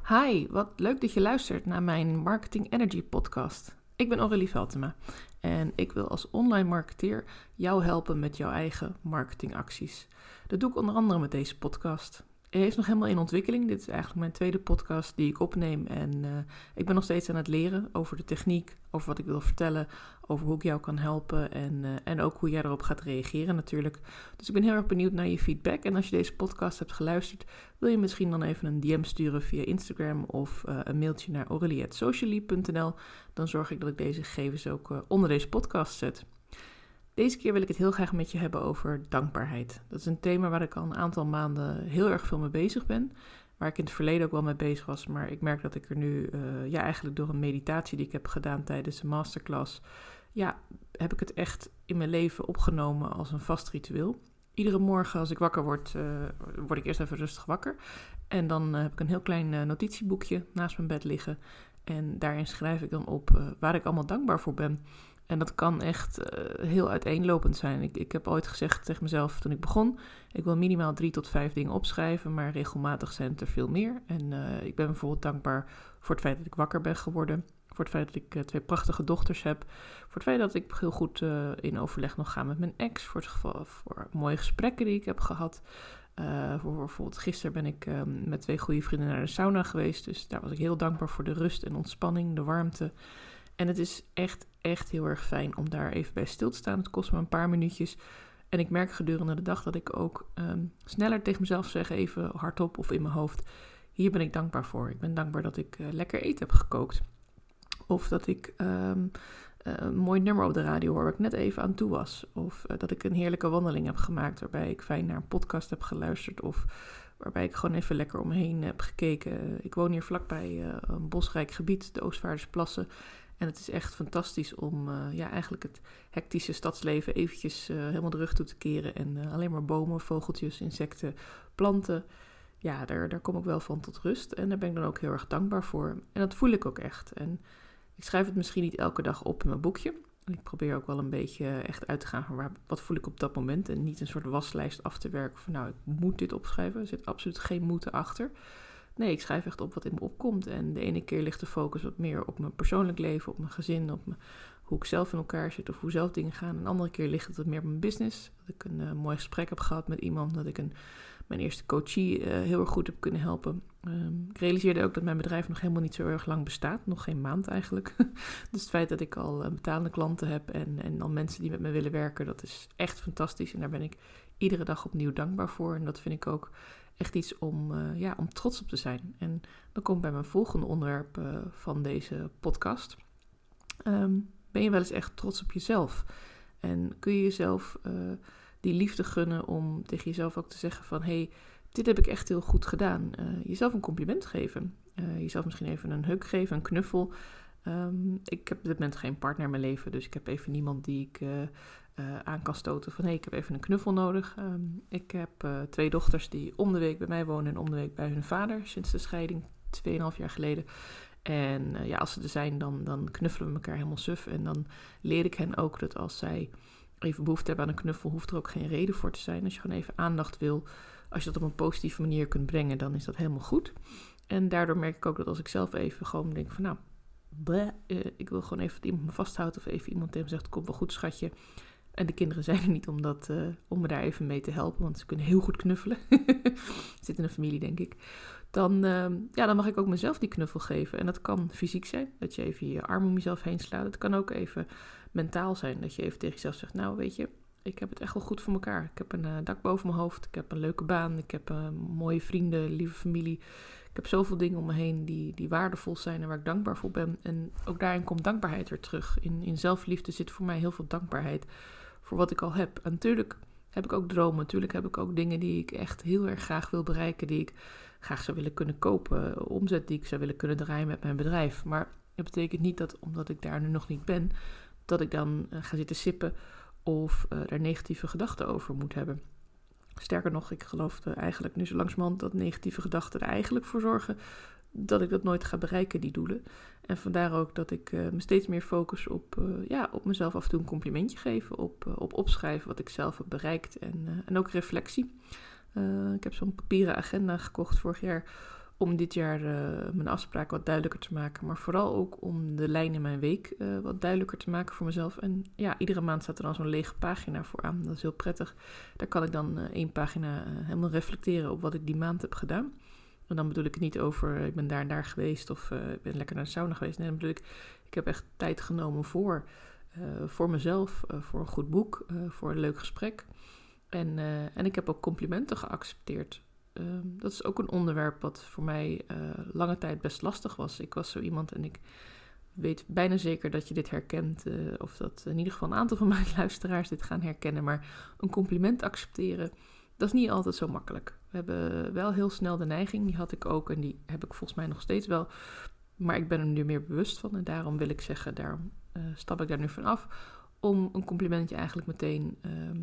Hi, wat leuk dat je luistert naar mijn Marketing Energy podcast. Ik ben Aurélie Veltema en ik wil als online marketeer jou helpen met jouw eigen marketingacties. Dat doe ik onder andere met deze podcast. Hij is nog helemaal in ontwikkeling. Dit is eigenlijk mijn tweede podcast die ik opneem en ik ben nog steeds aan het leren over de techniek, over wat ik wil vertellen, over hoe ik jou kan helpen en ook hoe jij erop gaat reageren natuurlijk. Dus ik ben heel erg benieuwd naar je feedback en als je deze podcast hebt geluisterd, wil je misschien dan even een DM sturen via Instagram of een mailtje naar aurelie@socially.nl. Dan zorg ik dat ik deze gegevens ook onder deze podcast zet. Deze keer wil ik het heel graag met je hebben over dankbaarheid. Dat is een thema waar ik al een aantal maanden heel erg veel mee bezig ben. Waar ik in het verleden ook wel mee bezig was. Maar ik merk dat ik er nu, eigenlijk door een meditatie die ik heb gedaan tijdens een masterclass. Heb ik het echt in mijn leven opgenomen als een vast ritueel. Iedere morgen als ik wakker word, word ik eerst even rustig wakker. En dan heb ik een heel klein notitieboekje naast mijn bed liggen. En daarin schrijf ik dan op waar ik allemaal dankbaar voor ben. En dat kan echt heel uiteenlopend zijn. Ik heb ooit gezegd tegen mezelf toen ik begon, ik wil minimaal 3 tot 5 dingen opschrijven, maar regelmatig zijn het er veel meer. En ik ben bijvoorbeeld dankbaar voor het feit dat ik wakker ben geworden, voor het feit dat ik 2 prachtige dochters heb, voor het feit dat ik heel goed in overleg nog ga met mijn ex, voor mooie gesprekken die ik heb gehad. Voor bijvoorbeeld gisteren ben ik met 2 goede vrienden naar de sauna geweest, dus daar was ik heel dankbaar voor de rust en ontspanning, de warmte. En het is echt heel erg fijn om daar even bij stil te staan. Het kost me een paar minuutjes. En ik merk gedurende de dag dat ik ook sneller tegen mezelf zeg, even hardop of in mijn hoofd. Hier ben ik dankbaar voor. Ik ben dankbaar dat ik lekker eten heb gekookt. Of dat ik een mooi nummer op de radio hoor waar ik net even aan toe was. Of dat ik een heerlijke wandeling heb gemaakt waarbij ik fijn naar een podcast heb geluisterd. Of waarbij ik gewoon even lekker om me heen heb gekeken. Ik woon hier vlakbij een bosrijk gebied, de Oostvaardersplassen. En het is echt fantastisch om eigenlijk het hectische stadsleven eventjes helemaal de rug toe te keren. En alleen maar bomen, vogeltjes, insecten, planten. Ja, daar kom ik wel van tot rust. En daar ben ik dan ook heel erg dankbaar voor. En dat voel ik ook echt. En ik schrijf het misschien niet elke dag op in mijn boekje. Ik probeer ook wel een beetje echt uit te gaan van wat voel ik op dat moment. En niet een soort waslijst af te werken van ik moet dit opschrijven. Er zit absoluut geen moeten achter. Nee, ik schrijf echt op wat in me opkomt. En de ene keer ligt de focus wat meer op mijn persoonlijk leven, op mijn gezin, op hoe ik zelf in elkaar zit of hoe zelf dingen gaan. En de andere keer ligt het wat meer op mijn business. Dat ik een mooi gesprek heb gehad met iemand, dat ik mijn eerste coachie heel erg goed heb kunnen helpen. Ik realiseerde ook dat mijn bedrijf nog helemaal niet zo erg lang bestaat. Nog geen maand eigenlijk. Dus het feit dat ik al betalende klanten heb en al mensen die met me willen werken, dat is echt fantastisch. En daar ben ik iedere dag opnieuw dankbaar voor. En dat vind ik ook echt iets om trots op te zijn. En dan kom ik bij mijn volgende onderwerp van deze podcast. Ben je wel eens echt trots op jezelf? En kun je jezelf die liefde gunnen om tegen jezelf ook te zeggen van hey, dit heb ik echt heel goed gedaan. Jezelf een compliment geven. Jezelf misschien even een hug geven, een knuffel. Ik heb op dit moment geen partner in mijn leven, dus ik heb even niemand die ik aan kan stoten van ik heb even een knuffel nodig. Ik heb 2 dochters die om de week bij mij wonen en om de week bij hun vader sinds de scheiding 2,5 jaar geleden. En als ze er zijn, dan knuffelen we elkaar helemaal suf. En dan leer ik hen ook dat als zij even behoefte hebben aan een knuffel, hoeft er ook geen reden voor te zijn. Als je gewoon even aandacht wil, als je dat op een positieve manier kunt brengen, dan is dat helemaal goed. En daardoor merk ik ook dat als ik zelf even gewoon denk van ik wil gewoon even dat iemand me vasthoudt of even iemand tegen me zegt, kom wel goed schatje. En de kinderen zijn er niet om me daar even mee te helpen, want ze kunnen heel goed knuffelen. Zit in een familie, denk ik. Dan mag ik ook mezelf die knuffel geven. En dat kan fysiek zijn, dat je even je arm om jezelf heen slaat. Het kan ook even mentaal zijn, dat je even tegen jezelf zegt, nou weet je, ik heb het echt wel goed voor elkaar. Ik heb een dak boven mijn hoofd, ik heb een leuke baan, ik heb mooie vrienden, lieve familie. Ik heb zoveel dingen om me heen die waardevol zijn en waar ik dankbaar voor ben. En ook daarin komt dankbaarheid weer terug. In zelfliefde zit voor mij heel veel dankbaarheid voor wat ik al heb. En natuurlijk heb ik ook dromen. Natuurlijk heb ik ook dingen die ik echt heel erg graag wil bereiken. Die ik graag zou willen kunnen kopen. Omzet die ik zou willen kunnen draaien met mijn bedrijf. Maar dat betekent niet dat, omdat ik daar nu nog niet ben, dat ik dan ga zitten sippen of daar negatieve gedachten over moet hebben. Sterker nog, ik geloof eigenlijk nu zo langzamerhand dat negatieve gedachten er eigenlijk voor zorgen dat ik dat nooit ga bereiken, die doelen. En vandaar ook dat ik me steeds meer focus op mezelf af en toe een complimentje geven. Op opschrijven wat ik zelf heb bereikt en ook reflectie. Ik heb zo'n papieren agenda gekocht vorig jaar om dit jaar mijn afspraken wat duidelijker te maken. Maar vooral ook om de lijn in mijn week wat duidelijker te maken voor mezelf. En ja, iedere maand staat er dan zo'n lege pagina voor aan. Dat is heel prettig. Daar kan ik dan 1 pagina helemaal reflecteren op wat ik die maand heb gedaan. En dan bedoel ik het niet over, ik ben daar en daar geweest of ik ben lekker naar de sauna geweest. Nee, dan bedoel ik heb echt tijd genomen voor mezelf, voor een goed boek, voor een leuk gesprek. En ik heb ook complimenten geaccepteerd. Dat is ook een onderwerp wat voor mij lange tijd best lastig was. Ik was zo iemand en ik weet bijna zeker dat je dit herkent. Of dat in ieder geval een aantal van mijn luisteraars dit gaan herkennen. Maar een compliment accepteren, dat is niet altijd zo makkelijk. We hebben wel heel snel de neiging, die had ik ook en die heb ik volgens mij nog steeds wel. Maar ik ben er nu meer bewust van en daarom wil ik zeggen, daarom stap ik daar nu van af. Om een complimentje eigenlijk meteen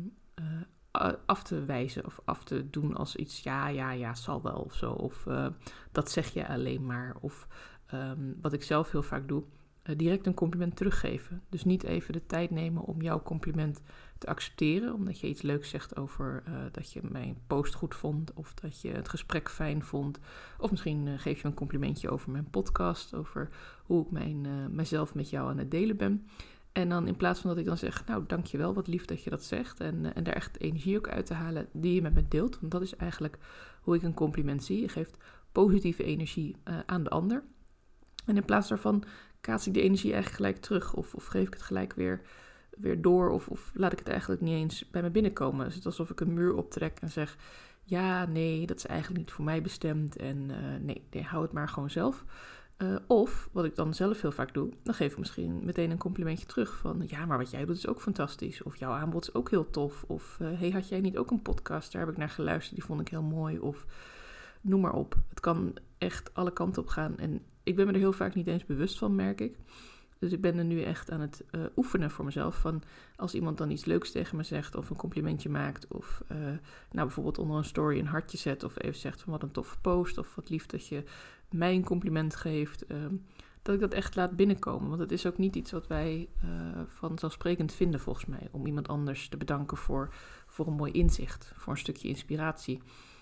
af te wijzen of af te doen als iets, ja, zal wel of zo. Of dat zeg je alleen maar. Of wat ik zelf heel vaak doe, direct een compliment teruggeven. Dus niet even de tijd nemen om jouw compliment te accepteren, omdat je iets leuks zegt over dat je mijn post goed vond, of dat je het gesprek fijn vond. Of misschien geef je een complimentje over mijn podcast, over hoe ik mijzelf met jou aan het delen ben. En dan in plaats van dat ik dan zeg, nou dankjewel, wat lief dat je dat zegt. En daar echt energie ook uit te halen die je met me deelt. Want dat is eigenlijk hoe ik een compliment zie. Je geeft positieve energie aan de ander. En in plaats daarvan kaats ik de energie eigenlijk gelijk terug. Of geef ik het gelijk weer door. Of laat ik het eigenlijk niet eens bij me binnenkomen. Dus het is alsof ik een muur optrek en zeg, ja, nee, dat is eigenlijk niet voor mij bestemd. En nee, hou het maar gewoon zelf. Of, wat ik dan zelf heel vaak doe, dan geef ik misschien meteen een complimentje terug van, ja, maar wat jij doet is ook fantastisch. Of jouw aanbod is ook heel tof. Of, hey, had jij niet ook een podcast? Daar heb ik naar geluisterd, die vond ik heel mooi. Of, noem maar op. Het kan echt alle kanten op gaan. En ik ben me er heel vaak niet eens bewust van, merk ik. Dus ik ben er nu echt aan het oefenen voor mezelf. Van als iemand dan iets leuks tegen me zegt of een complimentje maakt. Of bijvoorbeeld onder een story een hartje zet. Of even zegt van wat een toffe post. Of wat lief dat je mij een compliment geeft. Dat ik dat echt laat binnenkomen. Want het is ook niet iets wat wij vanzelfsprekend vinden volgens mij. Om iemand anders te bedanken voor een mooi inzicht. Voor een stukje inspiratie.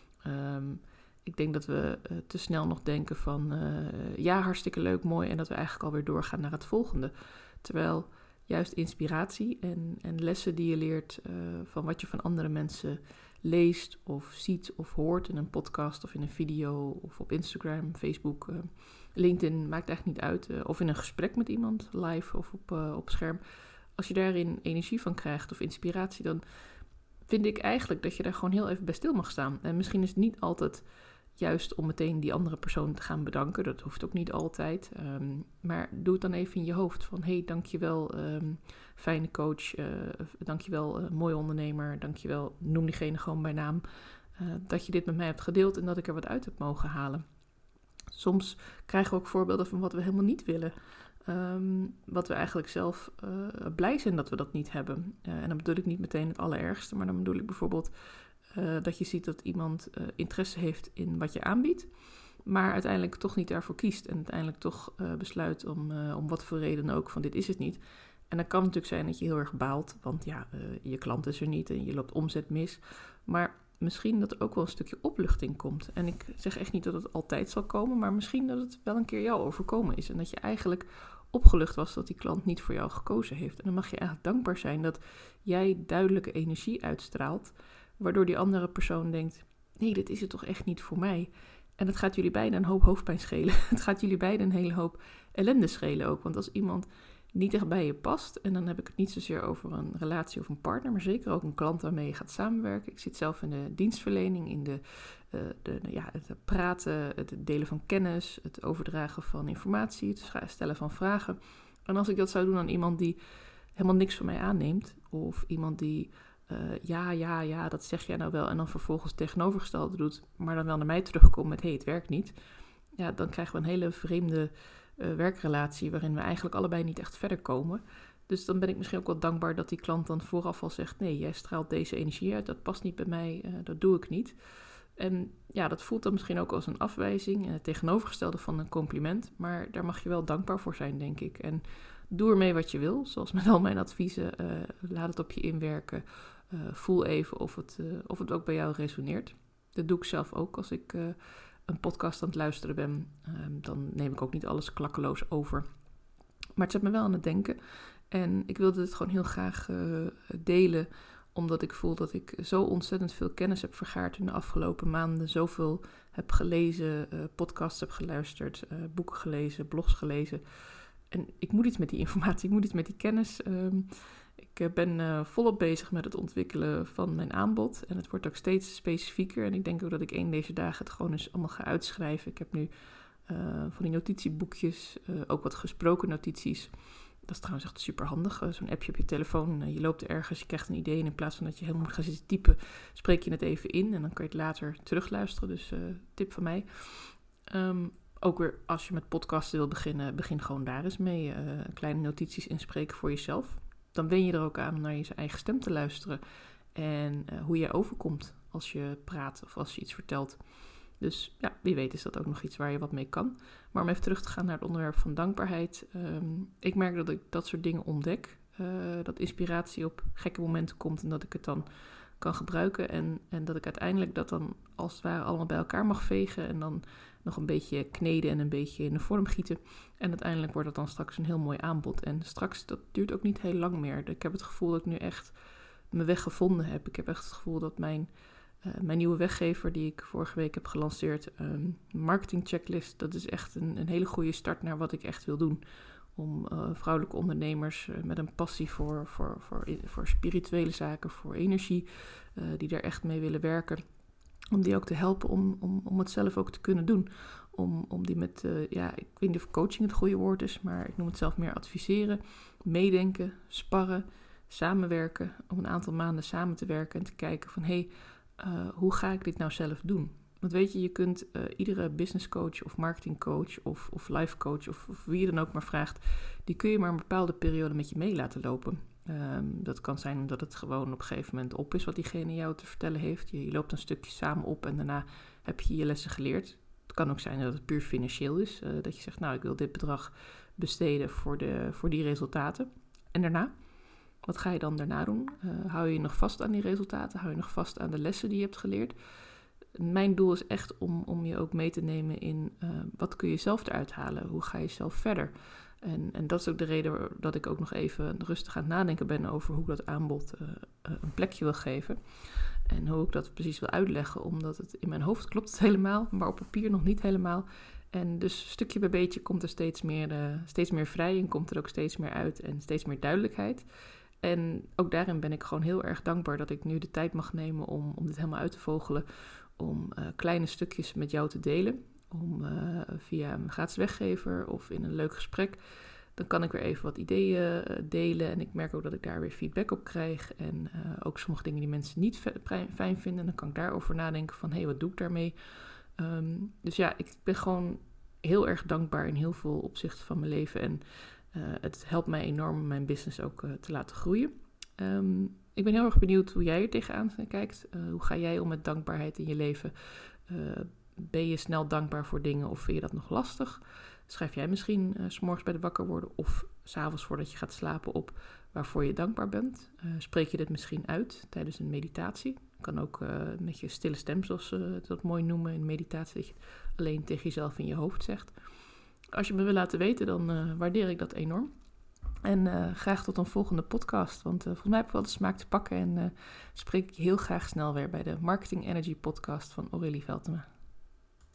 Ik denk dat we te snel nog denken van ja, hartstikke leuk, mooi. En dat we eigenlijk alweer doorgaan naar het volgende. Terwijl juist inspiratie en lessen die je leert van wat je van andere mensen leest of ziet of hoort in een podcast of in een video of op Instagram, Facebook, LinkedIn, maakt eigenlijk niet uit. Of in een gesprek met iemand, live of op scherm. Als je daarin energie van krijgt of inspiratie, dan vind ik eigenlijk dat je daar gewoon heel even bij stil mag staan. En misschien is het niet altijd juist om meteen die andere persoon te gaan bedanken. Dat hoeft ook niet altijd. Maar doe het dan even in je hoofd. Van, hey, dankjewel, fijne coach. Dankjewel, mooie ondernemer. Dankjewel, noem diegene gewoon bij naam. Dat je dit met mij hebt gedeeld en dat ik er wat uit heb mogen halen. Soms krijgen we ook voorbeelden van wat we helemaal niet willen. Wat we eigenlijk zelf blij zijn dat we dat niet hebben. En dan bedoel ik niet meteen het allerergste. Maar dan bedoel ik bijvoorbeeld dat je ziet dat iemand interesse heeft in wat je aanbiedt, maar uiteindelijk toch niet daarvoor kiest en uiteindelijk toch besluit om wat voor reden ook van dit is het niet. En dan kan het natuurlijk zijn dat je heel erg baalt, want ja, je klant is er niet en je loopt omzet mis. Maar misschien dat er ook wel een stukje opluchting komt. En ik zeg echt niet dat het altijd zal komen, maar misschien dat het wel een keer jou overkomen is en dat je eigenlijk opgelucht was dat die klant niet voor jou gekozen heeft. En dan mag je eigenlijk dankbaar zijn dat jij duidelijke energie uitstraalt, waardoor die andere persoon denkt, nee, dit is het toch echt niet voor mij. En het gaat jullie beiden een hoop hoofdpijn schelen. Het gaat jullie beiden een hele hoop ellende schelen ook. Want als iemand niet echt bij je past, en dan heb ik het niet zozeer over een relatie of een partner, maar zeker ook een klant waarmee je gaat samenwerken. Ik zit zelf in de dienstverlening, in het praten, het delen van kennis, het overdragen van informatie, het stellen van vragen. En als ik dat zou doen aan iemand die helemaal niks van mij aanneemt, of iemand die ja, dat zeg jij nou wel, en dan vervolgens het tegenovergestelde doet, maar dan wel naar mij terugkomt met, het werkt niet. Ja, dan krijgen we een hele vreemde werkrelatie, waarin we eigenlijk allebei niet echt verder komen. Dus dan ben ik misschien ook wel dankbaar dat die klant dan vooraf al zegt, nee, jij straalt deze energie uit, dat past niet bij mij, dat doe ik niet. En ja, dat voelt dan misschien ook als een afwijzing en het tegenovergestelde van een compliment, maar daar mag je wel dankbaar voor zijn, denk ik. En doe ermee wat je wil, zoals met al mijn adviezen, laat het op je inwerken. Voel even of het ook bij jou resoneert. Dat doe ik zelf ook als ik een podcast aan het luisteren ben, dan neem ik ook niet alles klakkeloos over. Maar het zet me wel aan het denken. En ik wilde het gewoon heel graag delen, omdat ik voel dat ik zo ontzettend veel kennis heb vergaard in de afgelopen maanden. Zoveel heb gelezen, podcasts heb geluisterd, boeken gelezen, blogs gelezen. En ik moet iets met die informatie, ik moet iets met die kennis. Ik ben volop bezig met het ontwikkelen van mijn aanbod. En het wordt ook steeds specifieker. En ik denk ook dat ik een deze dagen het gewoon eens allemaal ga uitschrijven. Ik heb nu van die notitieboekjes, ook wat gesproken notities. Dat is trouwens echt super handig. Zo'n appje op je telefoon. Je loopt ergens, je krijgt een idee. En in plaats van dat je helemaal moet gaan zitten typen, spreek je het even in. En dan kan je het later terugluisteren. Dus tip van mij. Ook weer, als je met podcasten wil beginnen, begin gewoon daar eens mee. Kleine notities inspreken voor jezelf. Dan wen je er ook aan om naar je eigen stem te luisteren. En hoe jij overkomt als je praat of als je iets vertelt. Dus ja, wie weet is dat ook nog iets waar je wat mee kan. Maar om even terug te gaan naar het onderwerp van dankbaarheid. Ik merk dat ik dat soort dingen ontdek. Dat inspiratie op gekke momenten komt en dat ik het dan kan gebruiken. En dat ik uiteindelijk dat dan als het ware allemaal bij elkaar mag vegen. En dan nog een beetje kneden en een beetje in de vorm gieten. En uiteindelijk wordt dat dan straks een heel mooi aanbod. En straks, dat duurt ook niet heel lang meer. Ik heb het gevoel dat ik nu echt mijn weg gevonden heb. Ik heb echt het gevoel dat mijn nieuwe weggever die ik vorige week heb gelanceerd, marketing checklist, dat is echt een hele goede start naar wat ik echt wil doen. Om vrouwelijke ondernemers met een passie voor spirituele zaken, voor energie, die daar echt mee willen werken, om die ook te helpen om het zelf ook te kunnen doen. Om die met, ik weet niet of coaching het goede woord is, maar ik noem het zelf meer adviseren, meedenken, sparren, samenwerken, om een aantal maanden samen te werken en te kijken van hoe ga ik dit nou zelf doen? Want weet je kunt iedere business coach of marketing coach of life coach of wie je dan ook maar vraagt, die kun je maar een bepaalde periode met je mee laten lopen. Dat kan zijn omdat het gewoon op een gegeven moment op is wat diegene jou te vertellen heeft. Je loopt een stukje samen op en daarna heb je je lessen geleerd. Het kan ook zijn dat het puur financieel is. Dat je zegt, nou ik wil dit bedrag besteden voor die resultaten. En daarna? Wat ga je dan daarna doen? Hou je nog vast aan die resultaten? Hou je nog vast aan de lessen die je hebt geleerd? Mijn doel is echt om je ook mee te nemen in wat kun je zelf eruit halen? Hoe ga je zelf verder? En dat is ook de reden dat ik ook nog even rustig aan het nadenken ben over hoe ik dat aanbod een plekje wil geven. En hoe ik dat precies wil uitleggen, omdat het in mijn hoofd klopt het helemaal, maar op papier nog niet helemaal. En dus stukje bij beetje komt er steeds meer vrij en komt er ook steeds meer uit en steeds meer duidelijkheid. En ook daarin ben ik gewoon heel erg dankbaar dat ik nu de tijd mag nemen om dit helemaal uit te vogelen. Om kleine stukjes met jou te delen. Om via een gratis weggever of in een leuk gesprek. Dan kan ik weer even wat ideeën delen. En ik merk ook dat ik daar weer feedback op krijg. En ook sommige dingen die mensen niet fijn vinden. Dan kan ik daarover nadenken van wat doe ik daarmee? Dus ja, ik ben gewoon heel erg dankbaar in heel veel opzichten van mijn leven. En het helpt mij enorm om mijn business ook te laten groeien. Ik ben heel erg benieuwd hoe jij er tegenaan kijkt. Hoe ga jij om met dankbaarheid in je leven? Ben je snel dankbaar voor dingen of vind je dat nog lastig? Schrijf jij misschien 's morgens bij de wakker worden of 's avonds voordat je gaat slapen op waarvoor je dankbaar bent? Spreek je dit misschien uit tijdens een meditatie? Kan ook met je stille stem, zoals ze het dat mooi noemen in meditatie, dat je het alleen tegen jezelf in je hoofd zegt. Als je me wil laten weten, dan waardeer ik dat enorm. En graag tot een volgende podcast, want volgens mij heb ik wel de smaak te pakken en spreek ik je heel graag snel weer bij de Marketing Energy podcast van Aurélie Veltema.